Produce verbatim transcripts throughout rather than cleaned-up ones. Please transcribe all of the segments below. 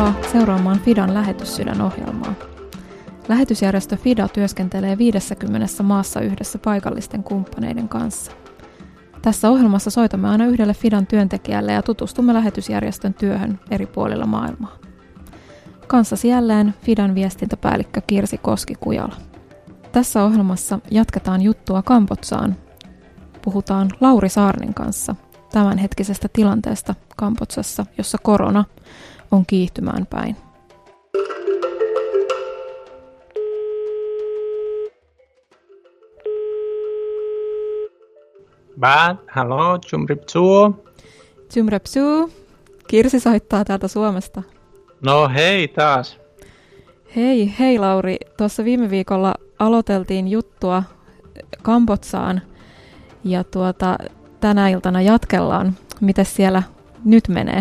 Tervetuloa seuraamaan Fidan Lähetyssydän-ohjelmaa. Lähetysjärjestö Fida työskentelee viidessäkymmenessä maassa yhdessä paikallisten kumppaneiden kanssa. Tässä ohjelmassa soitamme aina yhdelle Fidan työntekijälle ja tutustumme lähetysjärjestön työhön eri puolilla maailmaa. Kanssasi jälleen Fidan viestintäpäällikkö Kirsi Koski-Kujala. Tässä ohjelmassa jatketaan juttua Kambodsaan. Puhutaan Lauri Saarnin kanssa tämänhetkisestä tilanteesta Kambodsassa, jossa korona on kiihtymään päin. Bad, hallo, Chumripsuu. Chumripsuu. Kirsi soittaa täältä Suomesta. No hei taas. Hei, hei Lauri. Tuossa viime viikolla aloiteltiin juttua Kambodsaan ja tuota, tänä iltana jatkellaan. Mites siellä nyt menee?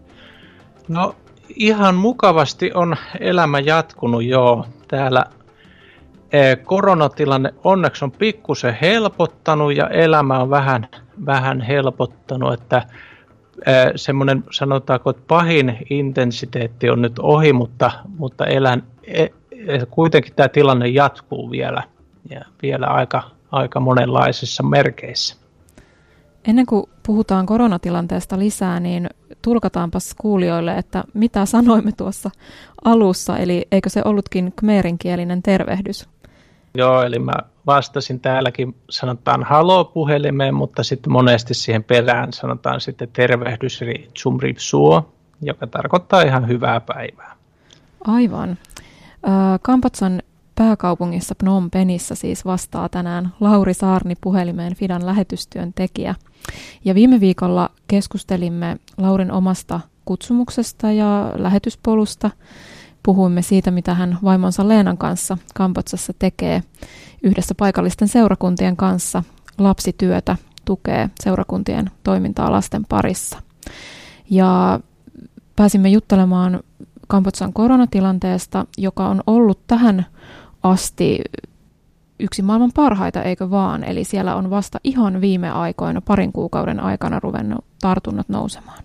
No ihan mukavasti on elämä jatkunut joo. Täällä koronatilanne onneksi on pikkusen helpottanut ja elämä on vähän, vähän helpottanut, että semmoinen sanotaanko, että pahin intensiteetti on nyt ohi, mutta, mutta elän, e, kuitenkin tämä tilanne jatkuu vielä ja vielä aika, aika monenlaisissa merkeissä. Ennen kuin puhutaan koronatilanteesta lisää, niin tulkataanpas kuulijoille, että mitä sanoimme tuossa alussa, eli eikö se ollutkin khmeerinkielinen tervehdys? Joo, eli mä vastasin täälläkin, sanotaan haloo puhelimeen, mutta sitten monesti siihen perään sanotaan sitten tervehdys, eli Chumripsuu, joka tarkoittaa ihan hyvää päivää. Aivan. Kambodžan pääkaupungissa Phnom Penhissä siis vastaa tänään Lauri Saarni puhelimeen Fidan lähetystyön tekijä. Ja viime viikolla keskustelimme Laurin omasta kutsumuksesta ja lähetyspolusta. Puhuimme siitä, mitä hän vaimonsa Leenan kanssa Kambodžassa tekee yhdessä paikallisten seurakuntien kanssa. Lapsityötä tukee seurakuntien toimintaa lasten parissa. Ja pääsimme juttelemaan Kambodžan koronatilanteesta, joka on ollut tähän asti yksi maailman parhaita, eikö vaan? Eli siellä on vasta ihan viime aikoina, parin kuukauden aikana ruvennut tartunnat nousemaan.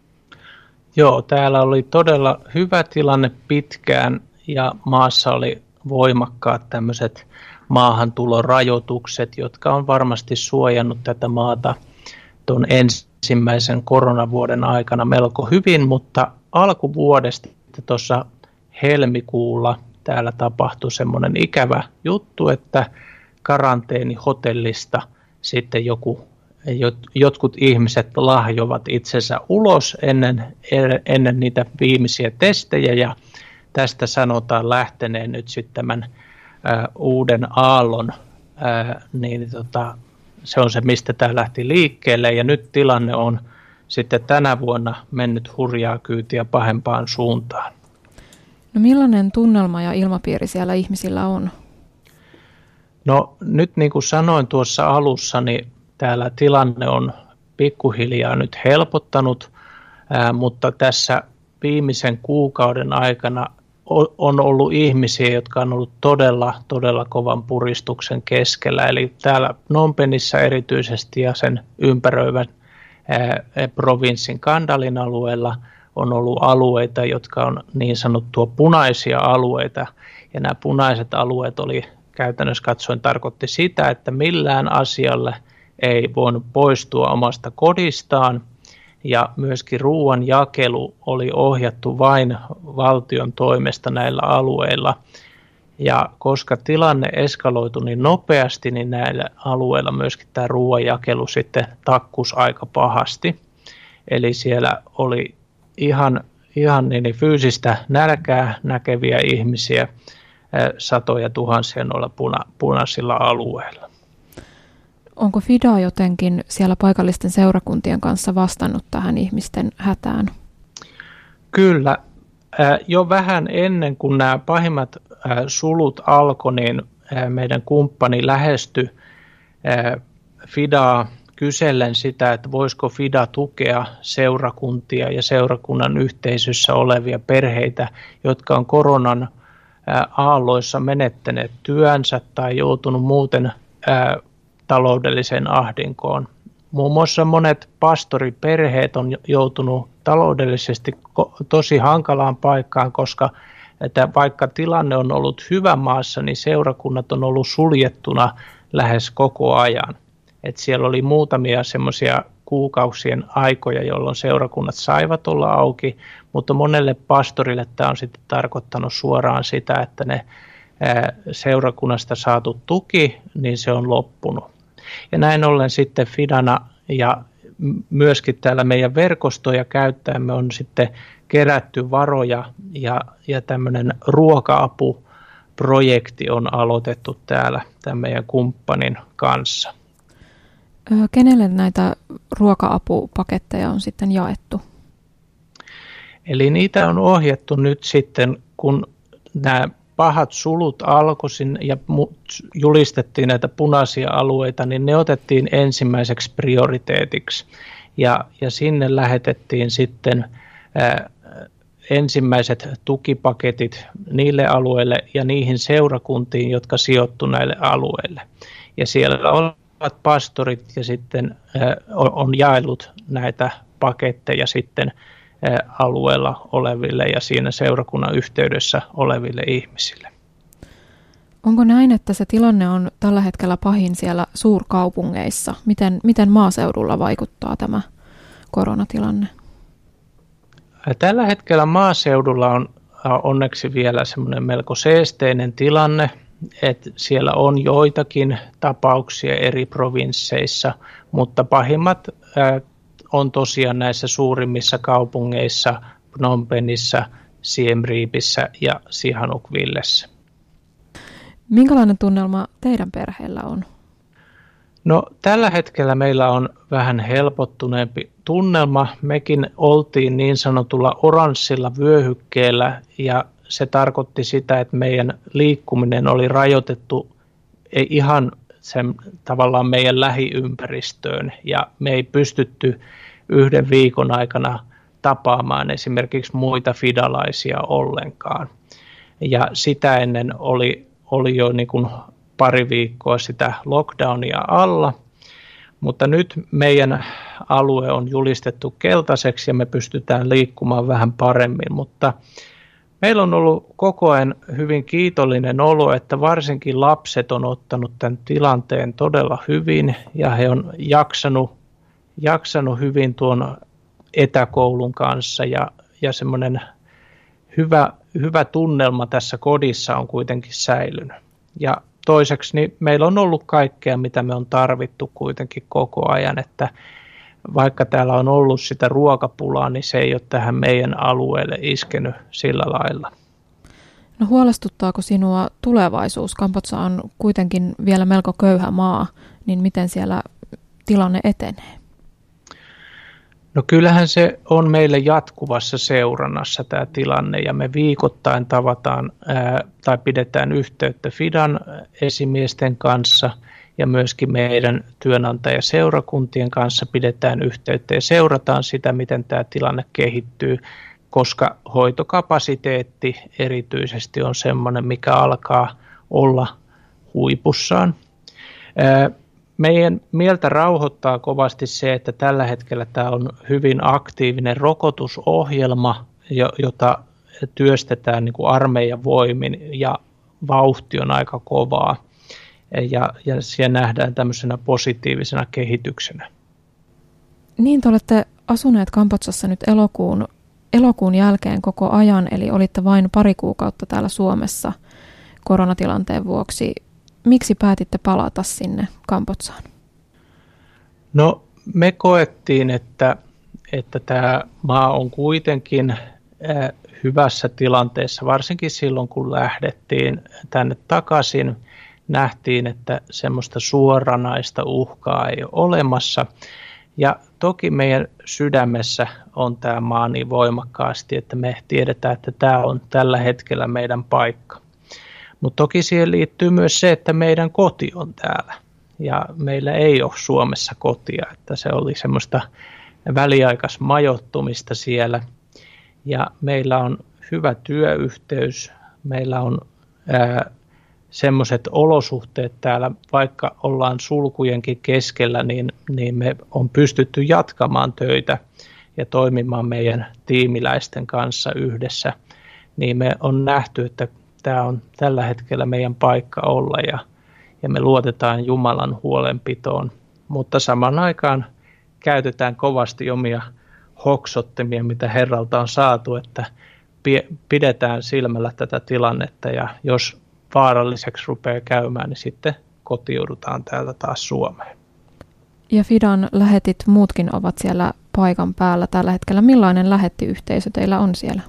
Joo, täällä oli todella hyvä tilanne pitkään ja maassa oli voimakkaat tämmöiset maahantulorajoitukset, jotka on varmasti suojannut tätä maata tuon ensimmäisen koronavuoden aikana melko hyvin, mutta alkuvuodesta tuossa helmikuulla täällä tapahtui semmoinen ikävä juttu, että karanteenihotellista sitten joku, jotkut ihmiset lahjovat itsensä ulos ennen, ennen niitä viimeisiä testejä ja tästä sanotaan lähteneen nyt sitten tämän ä, uuden aallon, ä, niin tota, se on se mistä tämä lähti liikkeelle ja nyt tilanne on sitten tänä vuonna mennyt hurjaa kyytiä pahempaan suuntaan. No millainen tunnelma ja ilmapiiri siellä ihmisillä on? No nyt niin kuin sanoin tuossa alussa, niin täällä tilanne on pikkuhiljaa nyt helpottanut, ää, mutta tässä viimeisen kuukauden aikana on ollut ihmisiä, jotka on ollut todella, todella kovan puristuksen keskellä. Eli täällä Phnom Penhissä erityisesti ja sen ympäröivän ää, provinssin Kandalin alueella on ollut alueita, jotka on niin sanottua punaisia alueita. Ja nämä punaiset alueet oli käytännössä katsoen tarkoitti sitä, että millään asialle ei voinut poistua omasta kodistaan. Ja myöskin ruoan jakelu oli ohjattu vain valtion toimesta näillä alueilla. Ja koska tilanne eskaloitui niin nopeasti, niin näillä alueilla myöskin tämä ruoan jakelu sitten takkus aika pahasti. Eli siellä oli ihan, ihan niin fyysistä nälkää näkeviä ihmisiä satoja tuhansia noilla puna, punaisilla alueilla. Onko Fida jotenkin siellä paikallisten seurakuntien kanssa vastannut tähän ihmisten hätään? Kyllä. Jo vähän ennen kuin nämä pahimmat sulut alkoi, niin meidän kumppani lähestyi Fidaa kysellen sitä, että voisiko Fida tukea seurakuntia ja seurakunnan yhteisössä olevia perheitä, jotka on koronan aalloissa menettäneet työnsä tai joutunut muuten taloudelliseen ahdinkoon. Muun muassa monet pastoriperheet on joutunut taloudellisesti tosi hankalaan paikkaan, koska että vaikka tilanne on ollut hyvä maassa, niin seurakunnat on ollut suljettuna lähes koko ajan. Et siellä oli muutamia semmoisia kuukausien aikoja, jolloin seurakunnat saivat olla auki, mutta monelle pastorille tämä on sitten tarkoittanut suoraan sitä, että ne seurakunnasta saatu tuki, niin se on loppunut. Ja näin ollen sitten Fidana ja myöskin täällä meidän verkostoja käyttäen me on sitten kerätty varoja ja, ja tämmöinen ruoka-apuprojekti on aloitettu täällä tämän meidän kumppanin kanssa. Kenelle näitä ruoka-apupaketteja on sitten jaettu? Eli niitä on ohjattu nyt sitten, kun nämä pahat sulut alkoi ja julistettiin näitä punaisia alueita, niin ne otettiin ensimmäiseksi prioriteetiksi. Ja, ja sinne lähetettiin sitten ää, ensimmäiset tukipaketit niille alueille ja niihin seurakuntiin, jotka sijoittu näille alueille. Ja siellä olevat pastorit ja sitten ää, on jaellut näitä paketteja sitten alueella oleville ja siinä seurakunnan yhteydessä oleville ihmisille. Onko näin, että se tilanne on tällä hetkellä pahin siellä suurkaupungeissa? Miten, miten maaseudulla vaikuttaa tämä koronatilanne? Tällä hetkellä maaseudulla on onneksi vielä semmoinen melko seesteinen tilanne, että siellä on joitakin tapauksia eri provinsseissa, mutta pahimmat on tosiaan näissä suurimmissa kaupungeissa, Phnom Penhissä, Siem Reapissä ja Sihanoukvillessä. Minkälainen tunnelma teidän perheellä on? No tällä hetkellä meillä on vähän helpottuneempi tunnelma. Mekin oltiin niin sanotulla oranssilla vyöhykkeellä ja se tarkoitti sitä, että meidän liikkuminen oli rajoitettu ei ihan sen tavallaan meidän lähiympäristöön ja me ei pystytty yhden viikon aikana tapaamaan esimerkiksi muita fidalaisia ollenkaan. Ja sitä ennen oli, oli jo niin kuin pari viikkoa sitä lockdownia alla, mutta nyt meidän alue on julistettu keltaiseksi ja me pystytään liikkumaan vähän paremmin, mutta meillä on ollut koko ajan hyvin kiitollinen olo, että varsinkin lapset on ottanut tämän tilanteen todella hyvin ja he on jaksanut, jaksanut hyvin tuon etäkoulun kanssa ja, ja semmoinen hyvä, hyvä tunnelma tässä kodissa on kuitenkin säilynyt. Ja toiseksi niin meillä on ollut kaikkea, mitä me on tarvittu kuitenkin koko ajan, että vaikka täällä on ollut sitä ruokapulaa, niin se ei ole tähän meidän alueelle iskenyt sillä lailla. No huolestuttaako sinua tulevaisuus? Kambodža on kuitenkin vielä melko köyhä maa, niin miten siellä tilanne etenee? No kyllähän se on meille jatkuvassa seurannassa tämä tilanne ja me viikoittain tavataan ää, tai pidetään yhteyttä Fidan esimiesten kanssa ja myöskin meidän työnantajaseurakuntien kanssa pidetään yhteyttä ja seurataan sitä, miten tämä tilanne kehittyy, koska hoitokapasiteetti erityisesti on sellainen, mikä alkaa olla huipussaan. Meidän mieltä rauhoittaa kovasti se, että tällä hetkellä tämä on hyvin aktiivinen rokotusohjelma, jota työstetään niin kuin armeijan voimin ja vauhti on aika kovaa. Ja, ja siellä nähdään tämmöisenä positiivisena kehityksenä. Niin, te olette asuneet Kambodžassa nyt elokuun, elokuun jälkeen koko ajan, eli olitte vain pari kuukautta täällä Suomessa koronatilanteen vuoksi. Miksi päätitte palata sinne Kambodžaan? No me koettiin, että, että tämä maa on kuitenkin äh, hyvässä tilanteessa, varsinkin silloin kun lähdettiin tänne takaisin. Nähtiin, että semmoista suoranaista uhkaa ei ole olemassa. Ja toki meidän sydämessä on tämä maa niin voimakkaasti, että me tiedetään, että tämä on tällä hetkellä meidän paikka. Mutta toki siihen liittyy myös se, että meidän koti on täällä. Ja meillä ei ole Suomessa kotia, että se oli semmoista väliaikaista majoittumista siellä. Ja meillä on hyvä työyhteys, meillä on ää, semmoiset olosuhteet täällä, vaikka ollaan sulkujenkin keskellä, niin, niin me on pystytty jatkamaan töitä. ja toimimaan meidän tiimiläisten kanssa yhdessä, niin me on nähty, että tämä on tällä hetkellä meidän paikka olla ja, ja me luotetaan Jumalan huolenpitoon, mutta samaan aikaan käytetään kovasti omia hoksottimia, mitä Herralta on saatu, että pidetään silmällä tätä tilannetta ja jos vaaralliseksi rupeaa käymään, niin sitten kotiudutaan täältä taas Suomeen. Ja Fidan lähetit muutkin ovat siellä paikan päällä tällä hetkellä. Millainen lähettiyhteisö teillä on siellä?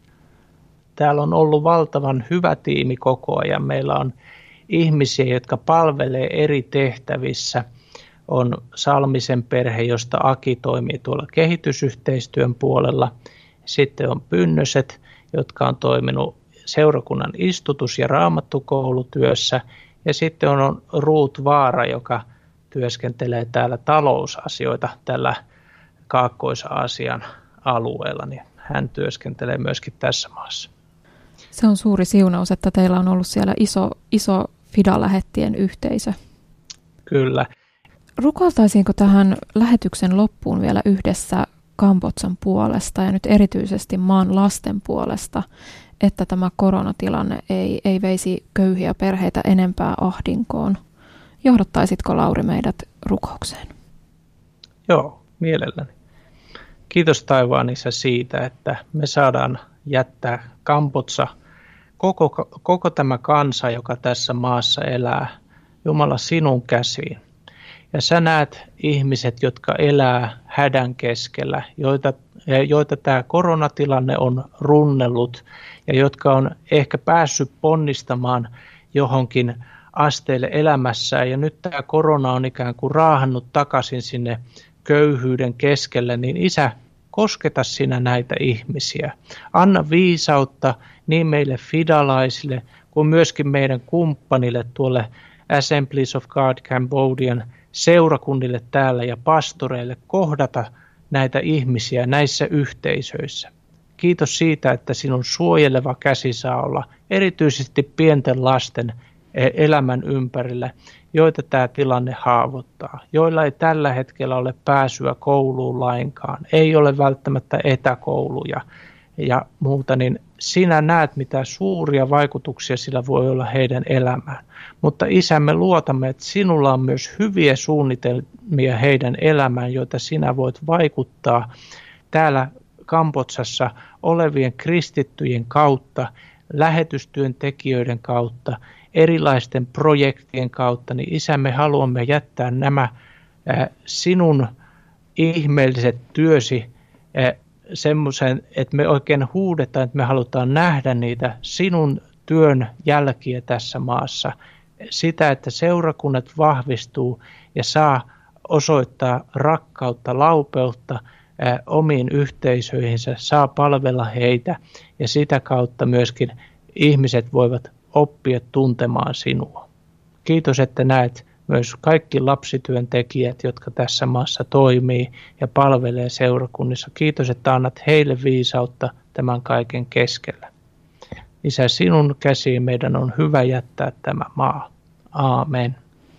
Täällä on ollut valtavan hyvä tiimi koko ajan. Meillä on ihmisiä, jotka palvelee eri tehtävissä. On Salmisen perhe, josta Aki toimii tuolla kehitysyhteistyön puolella. Sitten on Pynnöset, jotka on toiminut seurakunnan istutus- ja raamattukoulutyössä. Ja sitten on Ruut Vaara, joka työskentelee täällä talousasioita tällä Kaakkois-Aasian alueella, niin hän työskentelee myöskin tässä maassa. Se on suuri siunaus, että teillä on ollut siellä iso, iso Fida-lähettien yhteisö. Kyllä. Rukoiltaisiinko tähän lähetyksen loppuun vielä yhdessä Kambodžan puolesta ja nyt erityisesti maan lasten puolesta, että tämä koronatilanne ei, ei veisi köyhiä perheitä enempää ahdinkoon? Johdattaisitko, Lauri, meidät rukoukseen? Joo, mielelläni. Kiitos taivaan Isä siitä, että me saadaan jättää Kambodža, koko, koko tämä kansa, joka tässä maassa elää, Jumala sinun käsiin. Ja sä näet ihmiset, jotka elää hädän keskellä, joita, joita tämä koronatilanne on runnellut ja jotka on ehkä päässyt ponnistamaan johonkin asteelle elämässään. Ja nyt tämä korona on ikään kuin raahannut takaisin sinne köyhyyden keskelle, niin Isä, kosketa sinä näitä ihmisiä. Anna viisautta niin meille fidalaisille kuin myöskin meidän kumppanille tuolle Assemblies of God Cambodian seurakunnille täällä ja pastoreille kohdata näitä ihmisiä näissä yhteisöissä. Kiitos siitä, että sinun suojeleva käsi saa olla erityisesti pienten lasten elämän ympärillä, joita tämä tilanne haavoittaa, joilla ei tällä hetkellä ole pääsyä kouluun lainkaan, ei ole välttämättä etäkouluja ja muuta, niin sinä näet, mitä suuria vaikutuksia sillä voi olla heidän elämään. Mutta Isä, me luotamme, että sinulla on myös hyviä suunnitelmia heidän elämään, joita sinä voit vaikuttaa täällä Kambodžassa olevien kristittyjen kautta, lähetystyöntekijöiden kautta, erilaisten projektien kautta, niin Isä, me haluamme jättää nämä äh, sinun ihmeelliset työsi äh, semmoisen, että me oikein huudetaan, että me halutaan nähdä niitä sinun työn jälkiä tässä maassa. Sitä, että seurakunnat vahvistuu ja saa osoittaa rakkautta, laupeutta äh, omiin yhteisöihinsä, saa palvella heitä ja sitä kautta myöskin ihmiset voivat oppia tuntemaan sinua. Kiitos, että näet myös kaikki lapsityöntekijät, jotka tässä maassa toimii ja palvelee seurakunnissa. Kiitos, että annat heille viisautta tämän kaiken keskellä. Isä, sinun käsiin meidän on hyvä jättää tämä maa. Aamen.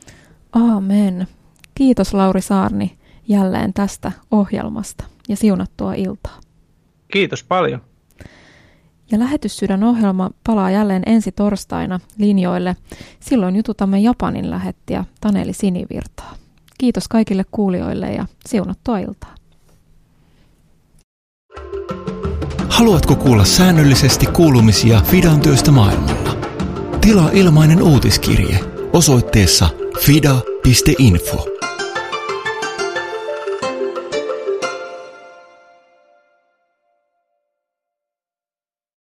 Aamen. Kiitos, Lauri Saarni, jälleen tästä ohjelmasta ja siunattua iltaa. Kiitos paljon. Ja Lähetyssydän-ohjelma palaa jälleen ensi torstaina linjoille. Silloin jututamme Japanin lähettiä Taneli Sinivirtaa. Kiitos kaikille kuulijoille ja siunattua iltaa. Haluatko kuulla säännöllisesti kuulumisia Fidan työstä maailmalla? Tilaa ilmainen uutiskirje osoitteessa fida piste info.